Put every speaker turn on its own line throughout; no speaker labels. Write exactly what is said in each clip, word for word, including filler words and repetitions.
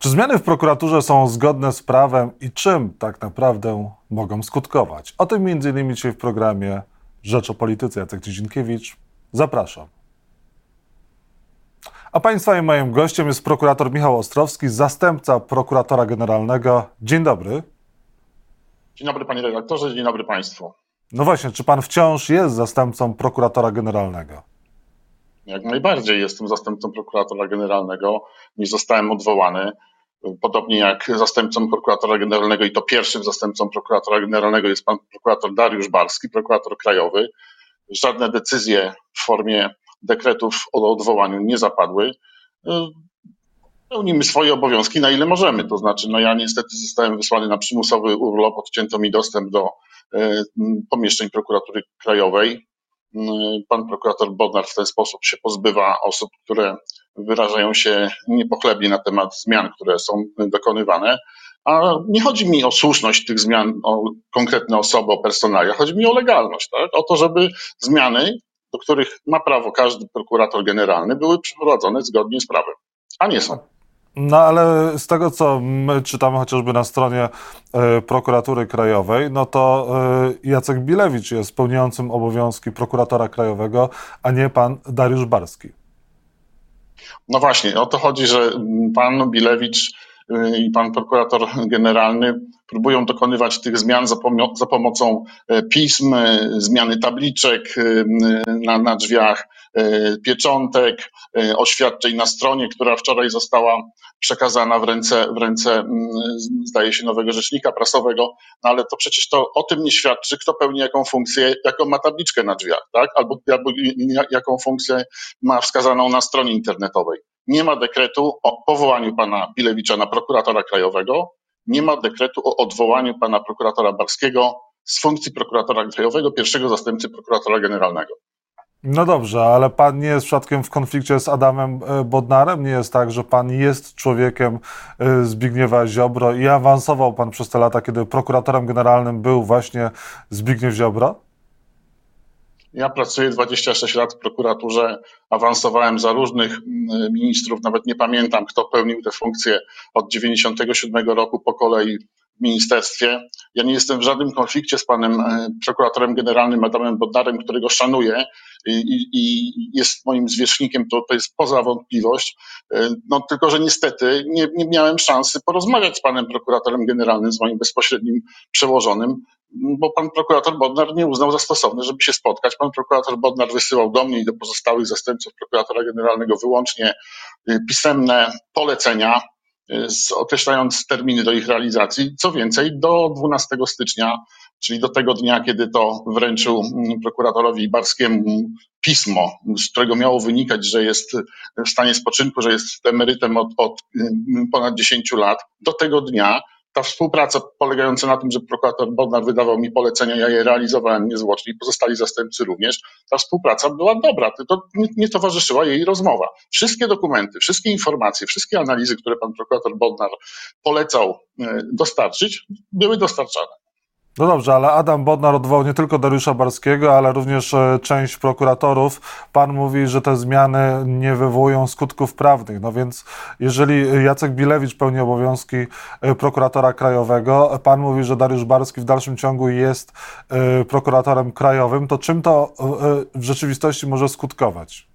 Czy zmiany w prokuraturze są zgodne z prawem i czym tak naprawdę mogą skutkować? O tym między innymi dzisiaj w programie Rzecz o Polityce. Jacek Dziedzinikiewicz. Zapraszam. A Państwa i moim gościem jest prokurator Michał Ostrowski, zastępca prokuratora generalnego. Dzień dobry.
Dzień dobry panie redaktorze, dzień dobry państwu.
No właśnie, czy pan wciąż jest zastępcą prokuratora generalnego?
Jak najbardziej jestem zastępcą prokuratora generalnego, nie zostałem odwołany. Podobnie jak zastępcą prokuratora generalnego i to pierwszym zastępcą prokuratora generalnego jest pan prokurator Dariusz Barski, prokurator krajowy. Żadne decyzje w formie dekretów o odwołaniu nie zapadły. Pełnimy swoje obowiązki na ile możemy, to znaczy no ja niestety zostałem wysłany na przymusowy urlop, odcięto mi dostęp do e, pomieszczeń prokuratury krajowej. Pan prokurator Bodnar w ten sposób się pozbywa osób, które wyrażają się niepochlebnie na temat zmian, które są dokonywane. A nie chodzi mi o słuszność tych zmian, o konkretne osoby, o personalia, chodzi mi o legalność, tak? O to, żeby zmiany, do których ma prawo każdy prokurator generalny, były przeprowadzone zgodnie z prawem, a nie są.
No ale z tego, co my czytamy chociażby na stronie y, prokuratury krajowej, no to y, Jacek Bilewicz jest pełniącym obowiązki prokuratora krajowego, a nie pan Dariusz Barski.
No właśnie, o to chodzi, że pan Bilewicz y, i pan prokurator generalny próbują dokonywać tych zmian za, pomo- za pomocą pism, zmiany tabliczek y, na, na drzwiach, y, pieczątek, y, oświadczeń na stronie, która wczoraj została przekazana w ręce, w ręce, zdaje się, nowego rzecznika prasowego, no ale to przecież to o tym nie świadczy, kto pełni jaką funkcję, jaką ma tabliczkę na drzwiach, tak? Albo, albo jaką funkcję ma wskazaną na stronie internetowej. Nie ma dekretu o powołaniu pana Bilewicza na prokuratora krajowego, nie ma dekretu o odwołaniu pana prokuratora Barskiego z funkcji prokuratora krajowego, pierwszego zastępcy prokuratora generalnego.
No dobrze, ale pan nie jest przypadkiem w konflikcie z Adamem Bodnarem? Nie jest tak, że pan jest człowiekiem Zbigniewa Ziobro i awansował pan przez te lata, kiedy prokuratorem generalnym był właśnie Zbigniew Ziobro?
Ja pracuję dwadzieścia sześć lat w prokuraturze, awansowałem za różnych ministrów, nawet nie pamiętam, kto pełnił te funkcje od dziewięćdziesiątego siódmego roku po kolei w ministerstwie. Ja nie jestem w żadnym konflikcie z panem prokuratorem generalnym Adamem Bodnarem, którego szanuję i, i jest moim zwierzchnikiem, to, to jest poza wątpliwość. No tylko, że niestety nie, nie miałem szansy porozmawiać z panem prokuratorem generalnym, z moim bezpośrednim przełożonym, bo pan prokurator Bodnar nie uznał za stosowne, żeby się spotkać. Pan prokurator Bodnar wysyłał do mnie i do pozostałych zastępców prokuratora generalnego wyłącznie pisemne polecenia, określając terminy do ich realizacji. Co więcej, do dwunastego stycznia, czyli do tego dnia, kiedy to wręczył prokuratorowi Barskiemu pismo, z którego miało wynikać, że jest w stanie spoczynku, że jest emerytem od, od ponad dziesięciu lat, do tego dnia ta współpraca polegająca na tym, że prokurator Bodnar wydawał mi polecenia, ja je realizowałem niezwłocznie i pozostali zastępcy również, ta współpraca była dobra, tylko nie, nie towarzyszyła jej rozmowa. Wszystkie dokumenty, wszystkie informacje, wszystkie analizy, które pan prokurator Bodnar polecał dostarczyć, były dostarczane.
No dobrze, ale Adam Bodnar odwołał nie tylko Dariusza Barskiego, ale również część prokuratorów. Pan mówi, że te zmiany nie wywołują skutków prawnych. No więc jeżeli Jacek Bilewicz pełni obowiązki prokuratora krajowego, pan mówi, że Dariusz Barski w dalszym ciągu jest prokuratorem krajowym, to czym to w rzeczywistości może skutkować?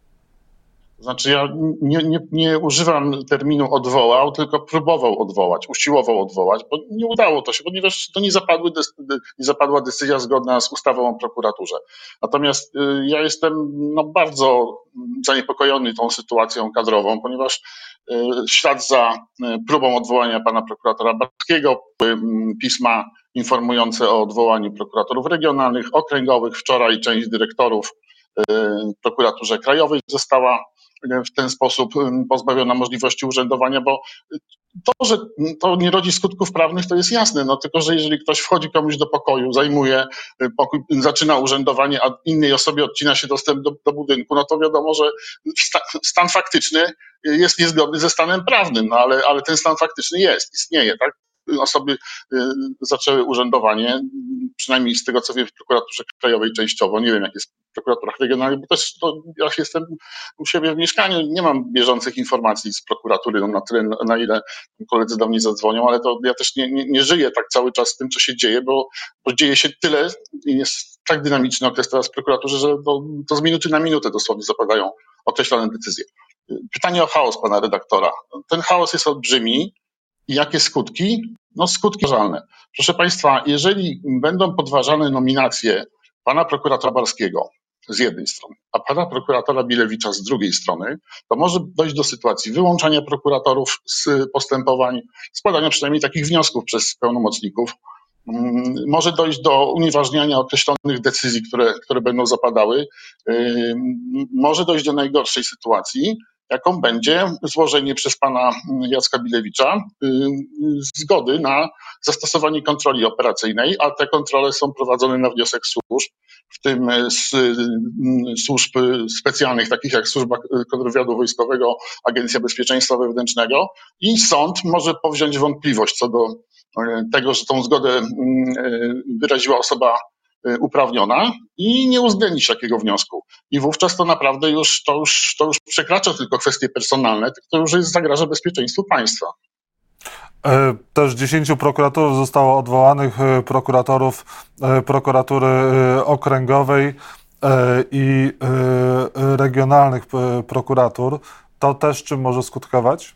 Znaczy ja nie, nie, nie używam terminu odwołał, tylko próbował odwołać, usiłował odwołać, bo nie udało to się, ponieważ to nie, zapadły, nie zapadła decyzja zgodna z ustawą o prokuraturze. Natomiast y, ja jestem no, bardzo zaniepokojony tą sytuacją kadrową, ponieważ y, w ślad za y, próbą odwołania pana prokuratora Barskiego y, pisma informujące o odwołaniu prokuratorów regionalnych, okręgowych. Wczoraj część dyrektorów y, w prokuraturze krajowej została w ten sposób pozbawiona możliwości urzędowania, bo to, że to nie rodzi skutków prawnych, to jest jasne, no tylko, że jeżeli ktoś wchodzi komuś do pokoju, zajmuje pokój, zaczyna urzędowanie, a innej osobie odcina się dostęp do, do budynku, no to wiadomo, że sta, stan faktyczny jest niezgodny ze stanem prawnym, no ale, ale ten stan faktyczny jest, istnieje, tak? osoby zaczęły urzędowanie, przynajmniej z tego co wiem w prokuraturze krajowej częściowo, nie wiem jak jest w prokuraturach regionalnych, bo też to, ja jestem u siebie w mieszkaniu, nie mam bieżących informacji z prokuratury, no na tyle na ile koledzy do mnie zadzwonią, ale to ja też nie, nie, nie żyję tak cały czas tym, co się dzieje, bo, bo dzieje się tyle i jest tak dynamiczny okres teraz w prokuraturze, że to, to z minuty na minutę dosłownie zapadają określone decyzje. Pytanie o chaos pana redaktora. Ten chaos jest olbrzymi i jakie skutki? No skutki żalne. Proszę państwa, jeżeli będą podważane nominacje pana prokuratora Barskiego z jednej strony, a pana prokuratora Bilewicza z drugiej strony, to może dojść do sytuacji wyłączania prokuratorów z postępowań, składania przynajmniej takich wniosków przez pełnomocników. Może dojść do unieważniania określonych decyzji, które, które będą zapadały. Może dojść do najgorszej sytuacji, jaką będzie złożenie przez pana Jacka Bilewicza zgody na zastosowanie kontroli operacyjnej, a te kontrole są prowadzone na wniosek służb, w tym z służb specjalnych, takich jak Służba Kontrwywiadu Wojskowego, Agencja Bezpieczeństwa Wewnętrznego, i sąd może powziąć wątpliwość co do tego, że tą zgodę wyraziła osoba uprawniona i nie uwzględnić takiego wniosku. I wówczas to naprawdę już, to już, to już przekracza tylko kwestie personalne, to już jest, zagraża bezpieczeństwu państwa.
Też dziesięciu prokuratorów zostało odwołanych, prokuratorów prokuratury okręgowej i regionalnych prokuratur. To też czym może skutkować?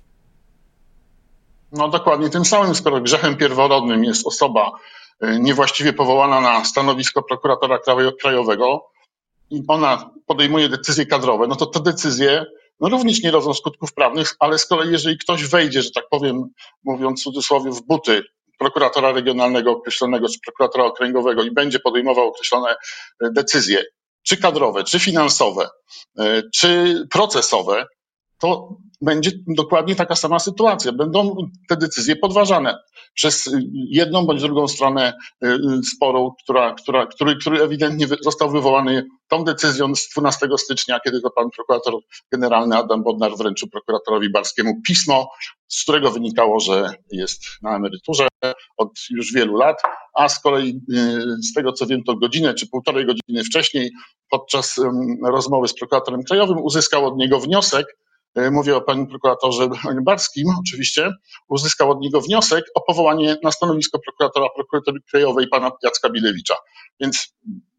No dokładnie tym samym, skoro grzechem pierworodnym jest osoba niewłaściwie powołana na stanowisko prokuratora krajowego i ona podejmuje decyzje kadrowe, no to te decyzje no również nie rodzą skutków prawnych, ale z kolei jeżeli ktoś wejdzie, że tak powiem, mówiąc w cudzysłowie, w buty prokuratora regionalnego określonego czy prokuratora okręgowego i będzie podejmował określone decyzje, czy kadrowe, czy finansowe, czy procesowe, to będzie dokładnie taka sama sytuacja. Będą te decyzje podważane przez jedną bądź drugą stronę sporu, która, która, który, który ewidentnie został wywołany tą decyzją z dwunastego stycznia, kiedy to pan prokurator generalny Adam Bodnar wręczył prokuratorowi Barskiemu pismo, z którego wynikało, że jest na emeryturze od już wielu lat, a z kolei z tego co wiem, to godzinę czy półtorej godziny wcześniej podczas rozmowy z prokuratorem krajowym uzyskał od niego wniosek, mówię o panu prokuratorze Barskim oczywiście, uzyskał od niego wniosek o powołanie na stanowisko prokuratora prokuratury krajowej pana Jacka Bilewicza. Więc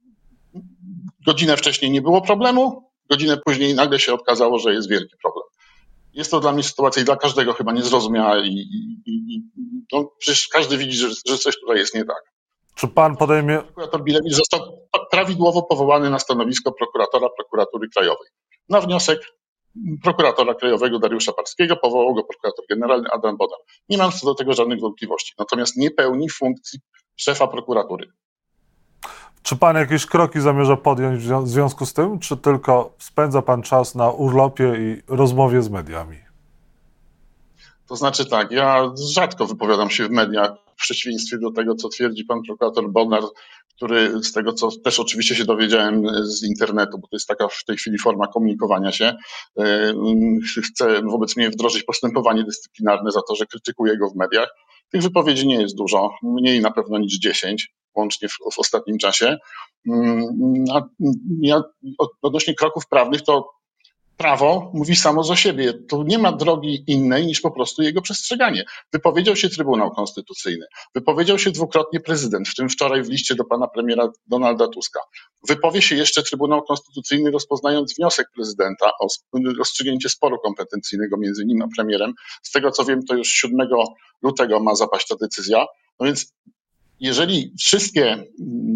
godzinę wcześniej nie było problemu, godzinę później nagle się okazało, że jest wielki problem. Jest to dla mnie sytuacja i dla każdego chyba niezrozumiała i, i, i no, przecież każdy widzi, że, że coś tutaj jest nie tak.
Czy pan podejmie...
Prokurator Bilewicz został prawidłowo powołany na stanowisko prokuratora prokuratury krajowej. Na wniosek prokuratora krajowego Dariusza Barskiego powołał go prokurator generalny Adam Bodnar. Nie mam co do tego żadnych wątpliwości. Natomiast nie pełni funkcji szefa prokuratury.
Czy pan jakieś kroki zamierza podjąć w związku z tym, czy tylko spędza pan czas na urlopie i rozmowie z mediami?
To znaczy tak, ja rzadko wypowiadam się w mediach, w przeciwieństwie do tego, co twierdzi pan prokurator Bodnar, który z tego, co też oczywiście się dowiedziałem z internetu, bo to jest taka w tej chwili forma komunikowania się, chce wobec mnie wdrożyć postępowanie dyscyplinarne za to, że krytykuję go w mediach. Tych wypowiedzi nie jest dużo, mniej na pewno niż dziesięć, łącznie w, w ostatnim czasie. A ja odnośnie kroków prawnych to prawo mówi samo za siebie. Tu nie ma drogi innej niż po prostu jego przestrzeganie. Wypowiedział się Trybunał Konstytucyjny, wypowiedział się dwukrotnie prezydent, w tym wczoraj w liście do pana premiera Donalda Tuska. Wypowie się jeszcze Trybunał Konstytucyjny, rozpoznając wniosek prezydenta o rozstrzygnięcie sporu kompetencyjnego między nim a premierem. Z tego co wiem, to już siódmego lutego ma zapaść ta decyzja. No więc jeżeli wszystkie,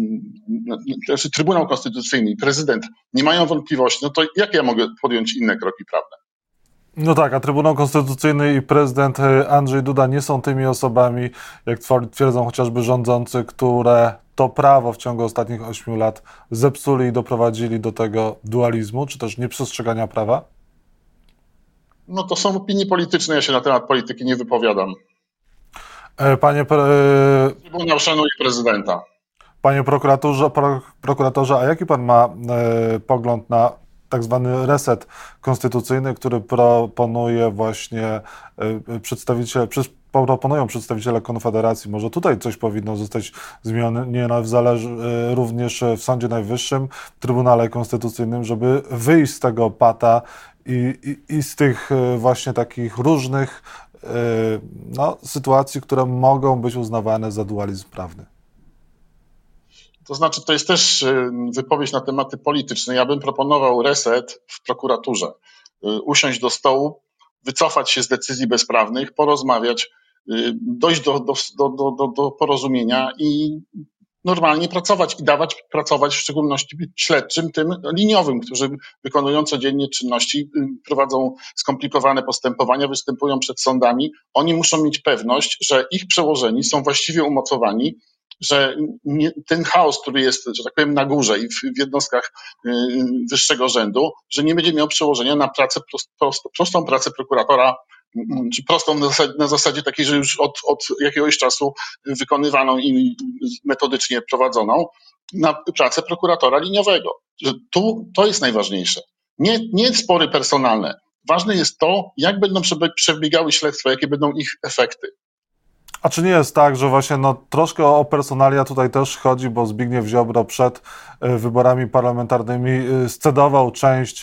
znaczy Trybunał Konstytucyjny i prezydent nie mają wątpliwości, no to jak ja mogę podjąć inne kroki prawne?
No tak, a Trybunał Konstytucyjny i prezydent Andrzej Duda nie są tymi osobami, jak twierdzą chociażby rządzący, które to prawo w ciągu ostatnich ośmiu lat zepsuli i doprowadzili do tego dualizmu, czy też nieprzestrzegania prawa?
No to są opinie polityczne, ja się na temat polityki nie wypowiadam.
Panie,
Trybunał szanuje prezydenta.
Panie prokuratorze, pro, prokuratorze, a jaki pan ma e, pogląd na tak zwany reset konstytucyjny, który proponuje właśnie e, przedstawiciel, przez, proponują przedstawiciele Konfederacji, może tutaj coś powinno zostać zmienione w zależ- również w Sądzie Najwyższym, Trybunale Konstytucyjnym, żeby wyjść z tego pata i, i, i z tych właśnie takich różnych no, sytuacji, które mogą być uznawane za dualizm prawny.
To znaczy, to jest też wypowiedź na tematy polityczne. Ja bym proponował reset w prokuraturze. Usiąść do stołu, wycofać się z decyzji bezprawnych, porozmawiać, dojść do, do, do, do, do porozumienia i normalnie pracować i dawać pracować w szczególności śledczym, tym liniowym, którzy wykonują codziennie czynności, prowadzą skomplikowane postępowania, występują przed sądami. Oni muszą mieć pewność, że ich przełożeni są właściwie umocowani, że nie, ten chaos, który jest, że tak powiem, na górze i w, w jednostkach y, wyższego rzędu, że nie będzie miał przełożenia na pracę, prost, prost, prostą pracę prokuratora, y, czy prostą na zasadzie, na zasadzie takiej, że już od, od jakiegoś czasu wykonywaną i metodycznie prowadzoną, na pracę prokuratora liniowego. Że tu to jest najważniejsze. Nie, nie spory personalne. Ważne jest to, jak będą przebiegały śledztwa, jakie będą ich efekty.
A czy nie jest tak, że właśnie no, troszkę o personalia tutaj też chodzi, bo Zbigniew Ziobro przed wyborami parlamentarnymi scedował część,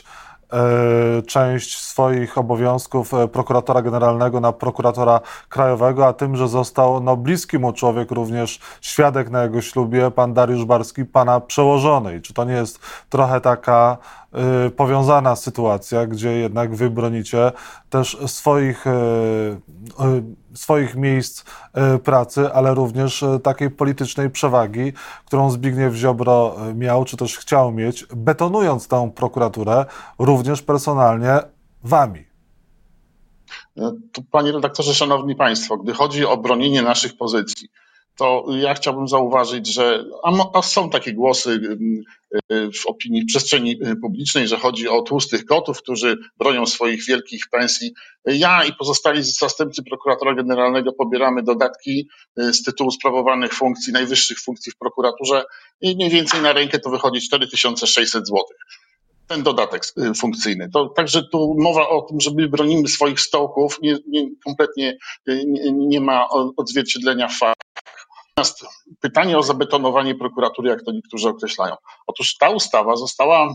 część swoich obowiązków prokuratora generalnego na prokuratora krajowego, a tym, że został no, bliski mu człowiek, również świadek na jego ślubie, pan Dariusz Barski, pana przełożony. I czy to nie jest trochę taka y, powiązana sytuacja, gdzie jednak wy bronicie też swoich, y, y, swoich miejsc y, pracy, ale również y, takiej politycznej przewagi, którą Zbigniew Ziobro miał, czy też chciał mieć, betonując tę prokuraturę również personalnie wami?
To, panie redaktorze, szanowni państwo, gdy chodzi o bronienie naszych pozycji, to ja chciałbym zauważyć, że a są takie głosy w opinii, w przestrzeni publicznej, że chodzi o tłustych kotów, którzy bronią swoich wielkich pensji. Ja i pozostali zastępcy prokuratora generalnego pobieramy dodatki z tytułu sprawowanych funkcji, najwyższych funkcji w prokuraturze i mniej więcej na rękę to wychodzi cztery tysiące sześćset złotych. Ten dodatek funkcyjny. To także tu mowa o tym, że my bronimy swoich stołków, nie, nie, kompletnie nie, nie ma odzwierciedlenia w faktach. Natomiast pytanie o zabetonowanie prokuratury, jak to niektórzy określają. Otóż ta ustawa została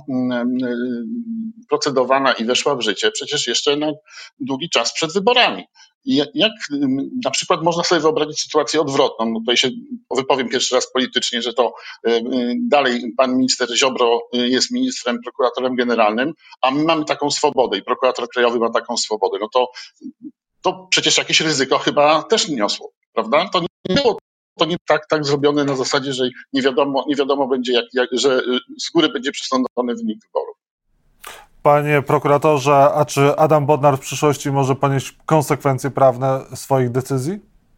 procedowana i weszła w życie przecież jeszcze na długi czas przed wyborami. I jak na przykład można sobie wyobrazić sytuację odwrotną, no tutaj się wypowiem pierwszy raz politycznie, że to dalej pan minister Ziobro jest ministrem, prokuratorem generalnym, a my mamy taką swobodę i prokurator krajowy ma taką swobodę, no to, to przecież jakieś ryzyko chyba też niosło, prawda? To nie było to nie tak, tak zrobione na zasadzie, że nie wiadomo, nie wiadomo będzie, jak, jak, że z góry będzie przesądzony wynik wyborów.
Panie prokuratorze, a czy Adam Bodnar w przyszłości może ponieść konsekwencje prawne swoich decyzji?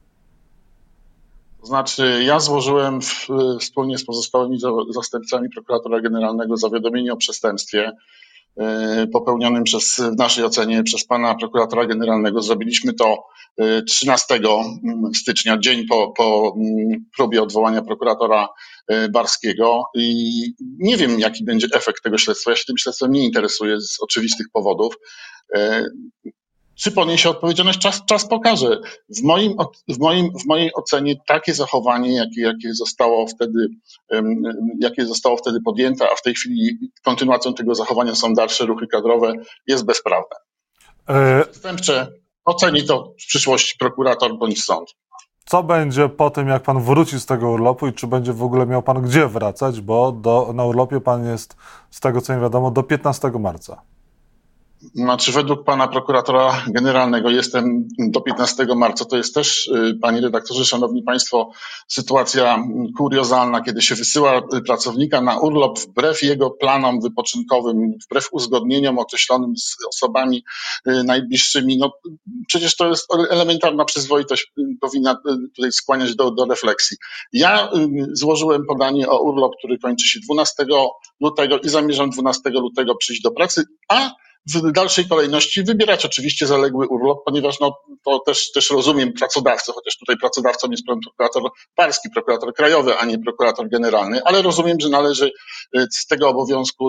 To znaczy, ja złożyłem w, wspólnie z pozostałymi zastępcami prokuratora generalnego zawiadomienie o przestępstwie popełnionym przez, w naszej ocenie przez pana prokuratora generalnego. Zrobiliśmy to trzynastego stycznia, dzień po, po próbie odwołania prokuratora Barskiego i nie wiem, jaki będzie efekt tego śledztwa. Ja się tym śledztwem nie interesuję z oczywistych powodów. Czy poniesie odpowiedzialność? Czas, czas pokaże. W, moim, w, moim, w mojej ocenie takie zachowanie, jakie, jakie, zostało wtedy, jakie zostało wtedy podjęte, a w tej chwili kontynuacją tego zachowania są dalsze ruchy kadrowe, jest bezprawne. Przestępcze oceni to w przyszłości prokurator bądź sąd.
Co będzie po tym, jak pan wróci z tego urlopu i czy będzie w ogóle miał pan gdzie wracać, bo do, na urlopie pan jest, z tego co mi wiadomo, do piętnastego marca.
Znaczy, według pana prokuratora generalnego jestem do piętnastego marca. To jest też, panie redaktorze, szanowni państwo, sytuacja kuriozalna, kiedy się wysyła pracownika na urlop wbrew jego planom wypoczynkowym, wbrew uzgodnieniom określonym z osobami najbliższymi. No, przecież to jest elementarna przyzwoitość, powinna tutaj skłaniać do, do refleksji. Ja złożyłem podanie o urlop, który kończy się dwunastego lutego i zamierzam dwunastego lutego przyjść do pracy, a w dalszej kolejności wybierać oczywiście zaległy urlop, ponieważ no, to też, też rozumiem pracodawcę, chociaż tutaj pracodawcą jest prokurator Barski, prokurator krajowy, a nie prokurator generalny, ale rozumiem, że należy z tego obowiązku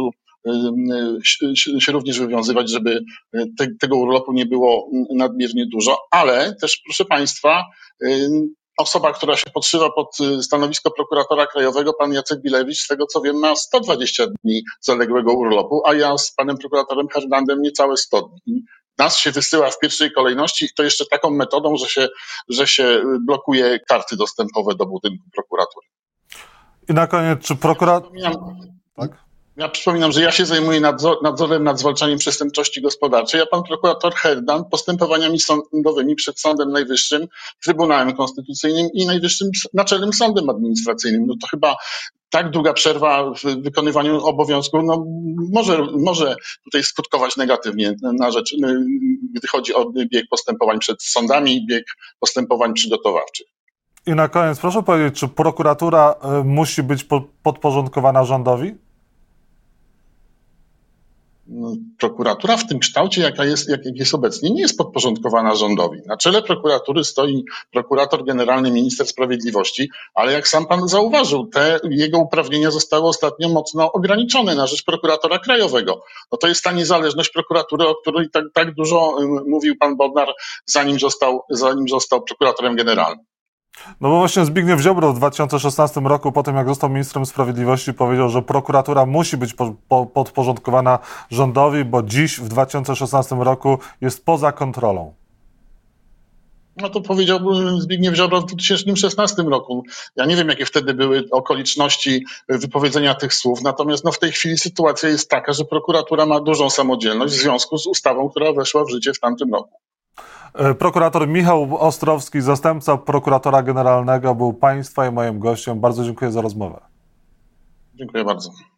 się również wywiązywać, żeby te, tego urlopu nie było nadmiernie dużo, ale też, proszę Państwa, osoba, która się podszywa pod stanowisko prokuratora krajowego, pan Jacek Bilewicz, z tego co wiem, ma sto dwadzieścia dni zaległego urlopu, a ja z panem prokuratorem Hernandem niecałe sto dni. Nas się wysyła w pierwszej kolejności i to jeszcze taką metodą, że się, że się blokuje karty dostępowe do budynku prokuratury.
I na koniec, czy prokurator...
Tak? Ja przypominam, że ja się zajmuję nadzor, nadzorem nad zwalczaniem przestępczości gospodarczej, a pan prokurator Hernand postępowaniami sądowymi przed Sądem Najwyższym, Trybunałem Konstytucyjnym i Najwyższym Naczelnym Sądem Administracyjnym. No to chyba tak długa przerwa w wykonywaniu obowiązku no, może, może tutaj skutkować negatywnie na rzecz, gdy chodzi o bieg postępowań przed sądami i bieg postępowań przygotowawczych.
I na koniec proszę powiedzieć, czy prokuratura musi być podporządkowana rządowi?
Prokuratura w tym kształcie, jaka jest, jak jest obecnie, nie jest podporządkowana rządowi. Na czele prokuratury stoi prokurator generalny, minister sprawiedliwości, ale jak sam pan zauważył, te jego uprawnienia zostały ostatnio mocno ograniczone na rzecz prokuratora krajowego. No to jest ta niezależność prokuratury, o której tak, tak dużo mówił pan Bodnar, zanim został, zanim został prokuratorem generalnym.
No bo właśnie Zbigniew Ziobro w dwa tysiące szesnastym roku, po tym jak został ministrem sprawiedliwości, powiedział, że prokuratura musi być po, po, podporządkowana rządowi, bo dziś w dwa tysiące szesnastym roku jest poza kontrolą.
No to powiedział Zbigniew Ziobro w dwa tysiące szesnastym roku. Ja nie wiem, jakie wtedy były okoliczności wypowiedzenia tych słów, natomiast no w tej chwili sytuacja jest taka, że prokuratura ma dużą samodzielność w związku z ustawą, która weszła w życie w tamtym roku.
Prokurator Michał Ostrowski, zastępca prokuratora generalnego, był Państwa i moim gościem. Bardzo dziękuję za rozmowę.
Dziękuję bardzo.